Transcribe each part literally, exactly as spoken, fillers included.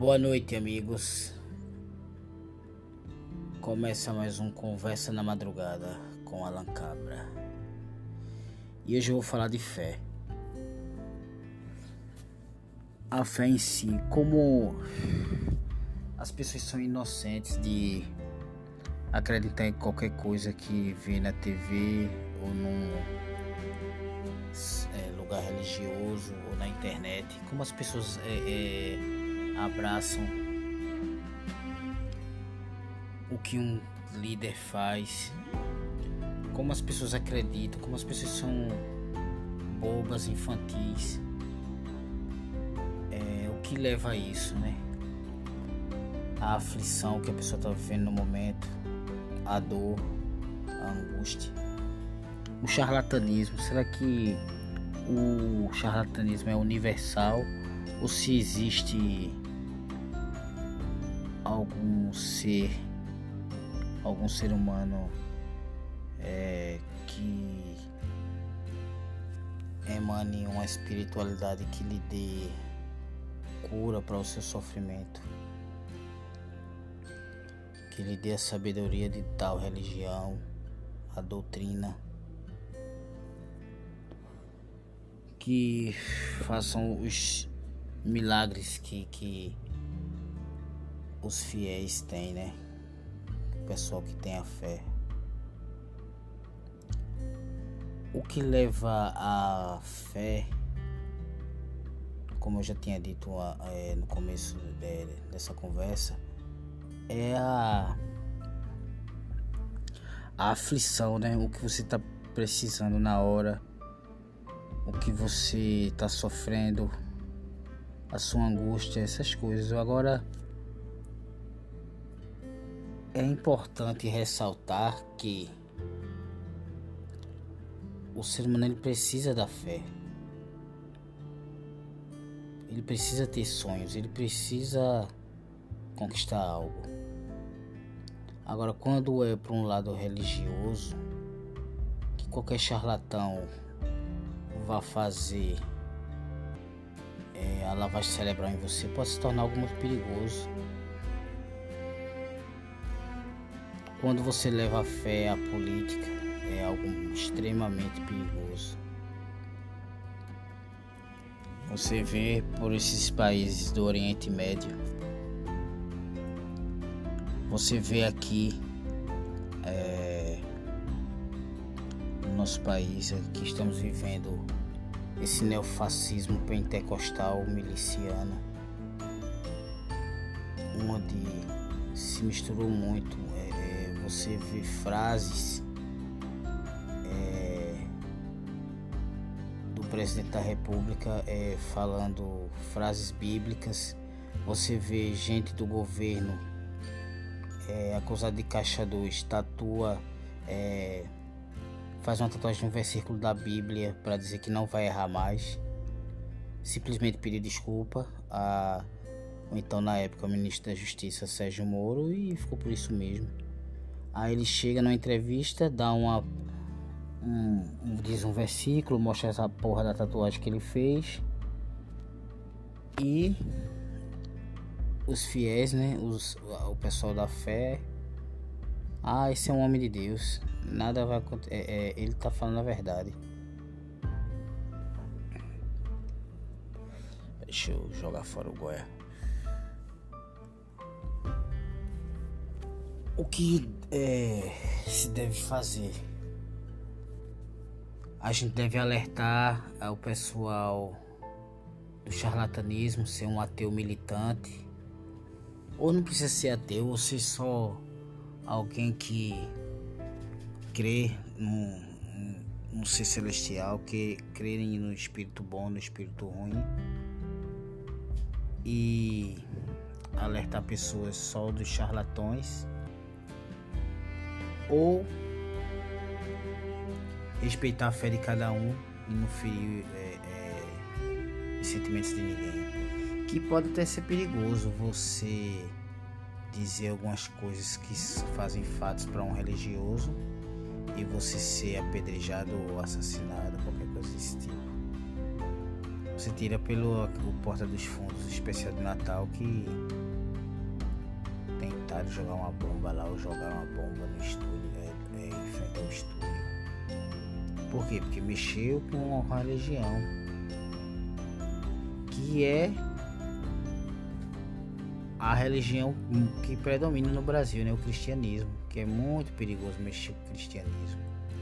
Boa noite, amigos. Começa mais um Conversa na Madrugada com Alan Cabra. E hoje eu vou falar de fé. A fé em si, como as pessoas são inocentes de acreditar em qualquer coisa que vê na T V ou num é, lugar religioso ou na internet, como as pessoas é, é, abraçam o que um líder faz, como as pessoas acreditam, como as pessoas são bobas, infantis, é, o que leva a isso, né? A aflição que a pessoa está vivendo no momento, a dor, a angústia, o charlatanismo. Será que o charlatanismo é universal ou se existe algum ser, algum ser humano é, que emane uma espiritualidade que lhe dê cura para o seu sofrimento, que lhe dê a sabedoria de tal religião, a doutrina, que façam os milagres que, que os fiéis têm, né? O pessoal que tem a fé. O que leva à fé, como eu já tinha dito é, no começo de, dessa conversa, é a, a aflição, né? O que você está precisando na hora, o que você está sofrendo, a sua angústia, essas coisas. Agora, é importante ressaltar que o ser humano ele precisa da fé, ele precisa ter sonhos, ele precisa conquistar algo. Agora, quando é para um lado religioso, que qualquer charlatão vá fazer é, a lavagem cerebral em você, pode se tornar algo muito perigoso. Quando você leva a fé à política, é algo extremamente perigoso. Você vê por esses países do Oriente Médio, você vê aqui é, no nosso país que estamos vivendo esse neofascismo pentecostal miliciano, onde se misturou muito. É, é, você vê frases é, do presidente da República é, falando frases bíblicas. Você vê gente do governo é, acusada de caixa dois, tatua, é, faz uma tatuagem de um versículo da Bíblia para dizer que não vai errar mais, simplesmente pedir desculpa a, ou então na época o ministro da Justiça Sérgio Moro, e ficou por isso mesmo. Aí ele chega numa entrevista, dá uma um, um, diz um versículo, mostra essa porra da tatuagem que ele fez, e os fiéis, né, os, o pessoal da fé, ah, esse é um homem de Deus, nada vai acontecer, é, é, ele tá falando a verdade. Deixa eu jogar fora o goia. O que é, se deve fazer? A gente deve alertar ao pessoal do charlatanismo, ser um ateu militante, ou não precisa ser ateu, ou ser só alguém que crê num, num ser celestial, que crê no espírito bom, no espírito ruim, e alertar pessoas só dos charlatões, ou respeitar a fé de cada um e não ferir é, é, os sentimentos de ninguém. Que pode até ser perigoso você dizer algumas coisas que fazem fatos para um religioso e você ser apedrejado ou assassinado, qualquer coisa desse tipo. Você tira pelo o Porta dos Fundos especial de Natal, que tentaram jogar uma bomba lá, ou jogar uma bomba no estúdio, é, é, em frente ao estúdio. Por quê? Porque mexeu com uma religião que é a religião que predomina no Brasil, né? O cristianismo, que é muito perigoso mexer com o cristianismo.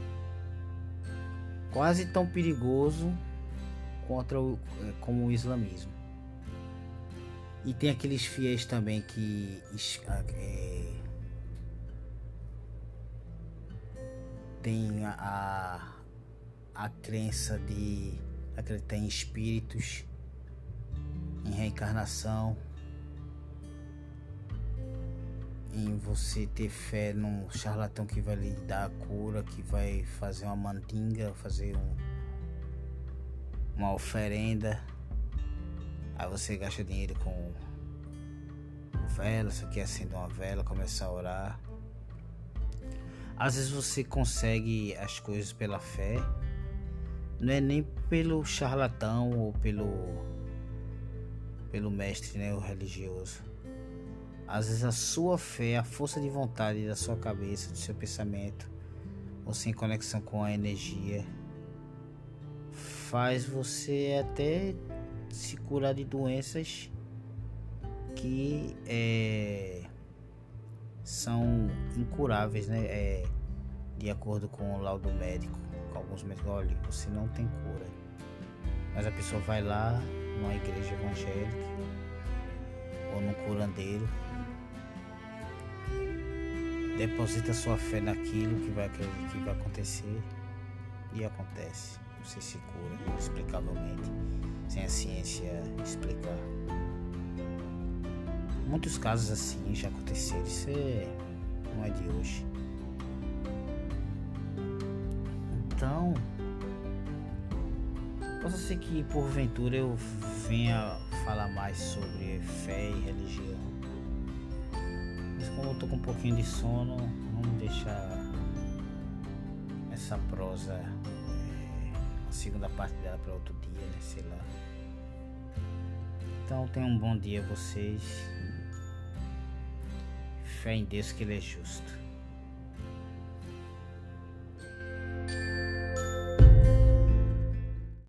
Quase tão perigoso contra o, como o islamismo. E tem aqueles fiéis também que é, tem a, a, a crença de acreditar em espíritos, em reencarnação, em você ter fé num charlatão que vai lhe dar a cura, que vai fazer uma mandinga, fazer um, uma oferenda. Aí você gasta dinheiro com vela, você quer acender uma vela, começar a orar. Às vezes você consegue as coisas pela fé, não é nem pelo charlatão ou pelo pelo mestre, né, o religioso. Às vezes a sua fé, a força de vontade da sua cabeça, do seu pensamento, você em conexão com a energia, faz você até se curar de doenças que é, são incuráveis, né? É, de acordo com o laudo médico. Com alguns médicos, olha, você não tem cura. Mas a pessoa vai lá numa igreja evangélica ou num curandeiro, deposita sua fé naquilo que vai, que vai acontecer e acontece. Você se cura inexplicavelmente, sem a ciência explicar. Muitos casos assim já aconteceram, isso é, não é de hoje. Então, possa ser que porventura eu venha falar mais sobre fé e religião, mas como eu tô com um pouquinho de sono, vamos deixar essa prosa, é, a segunda parte dela para outro dia, né? Sei lá. Então tenham um bom dia vocês. Fé em Deus que Ele é justo.